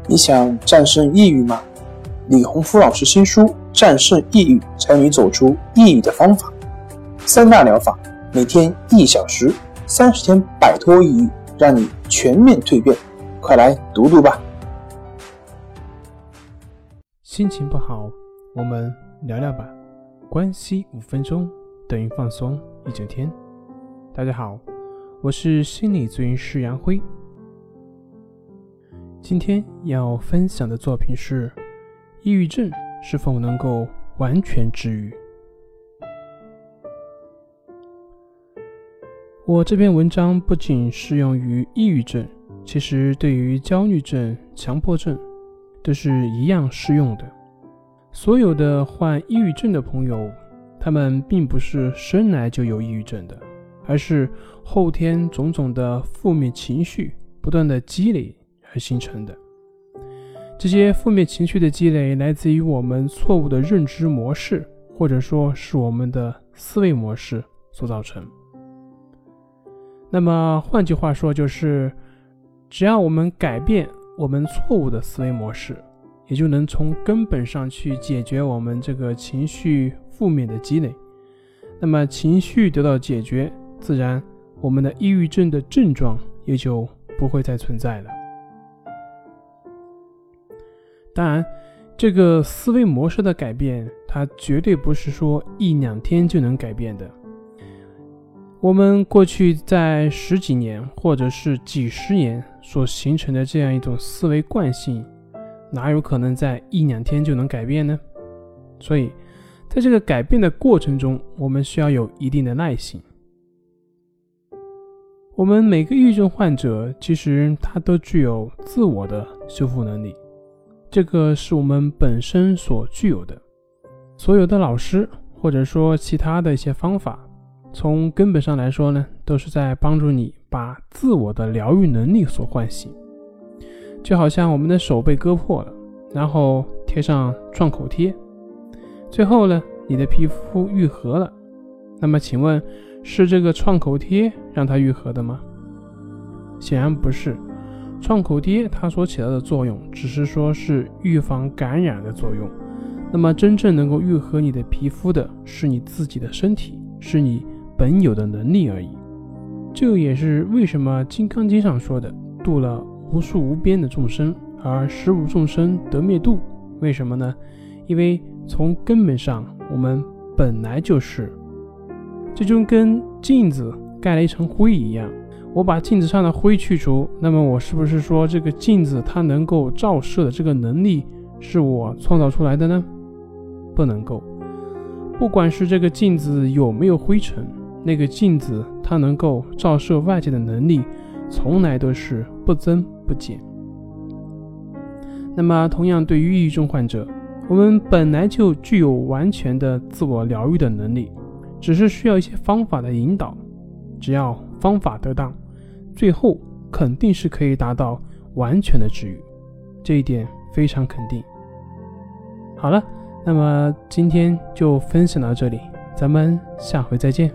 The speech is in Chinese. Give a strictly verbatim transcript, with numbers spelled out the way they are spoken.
你想战胜抑郁吗？李洪福老师新书《战胜抑郁，教你走出抑郁的方法》，三大疗法，每天一小时，三十天摆脱抑郁，让你全面蜕变。快来读读吧。 心情不好，我们聊聊吧。关系五分钟等于放松一整天。大家好，我是心理咨询师杨辉。今天要分享的作品是：抑郁症是否能够完全治愈？我这篇文章不仅适用于抑郁症，其实对于焦虑症、强迫症都是一样适用的。所有的患抑郁症的朋友，他们并不是生来就有抑郁症的，而是后天种种的负面情绪不断的积累而形成的。这些负面情绪的积累来自于我们错误的认知模式，或者说是我们的思维模式所造成。那么换句话说，就是只要我们改变我们错误的思维模式，也就能从根本上去解决我们这个情绪负面的积累。那么情绪得到解决，自然我们的抑郁症的症状也就不会再存在了。当然，这个思维模式的改变，它绝对不是说一两天就能改变的。我们过去在十几年或者是几十年所形成的这样一种思维惯性，哪有可能在一两天就能改变呢？所以在这个改变的过程中，我们需要有一定的耐心。我们每个抑郁症患者其实他都具有自我的修复能力，这个是我们本身所具有的。所有的老师或者说其他的一些方法，从根本上来说呢，都是在帮助你把自我的疗愈能力所唤醒。就好像我们的手被割破了，然后贴上创口贴，最后呢，你的皮肤愈合了。那么请问，是这个创口贴让它愈合的吗？显然不是。创口贴它所起到的作用，只是说是预防感染的作用。那么真正能够愈合你的皮肤的，是你自己的身体，是你本有的能力而已。这也是为什么《金刚经》上说的，度了无数无边的众生，而实无众生得灭度。为什么呢？因为从根本上我们本来就是，这就跟镜子盖了一层灰一样，我把镜子上的灰去除，那么我是不是说这个镜子它能够照射的这个能力是我创造出来的呢？不能够。不管是这个镜子有没有灰尘，那个镜子它能够照射外界的能力从来都是不增不减。那么同样对于抑郁症患者，我们本来就具有完全的自我疗愈的能力，只是需要一些方法的引导。只要方法得当，最后肯定是可以达到完全的治愈，这一点非常肯定。好了，那么今天就分享到这里，咱们下回再见。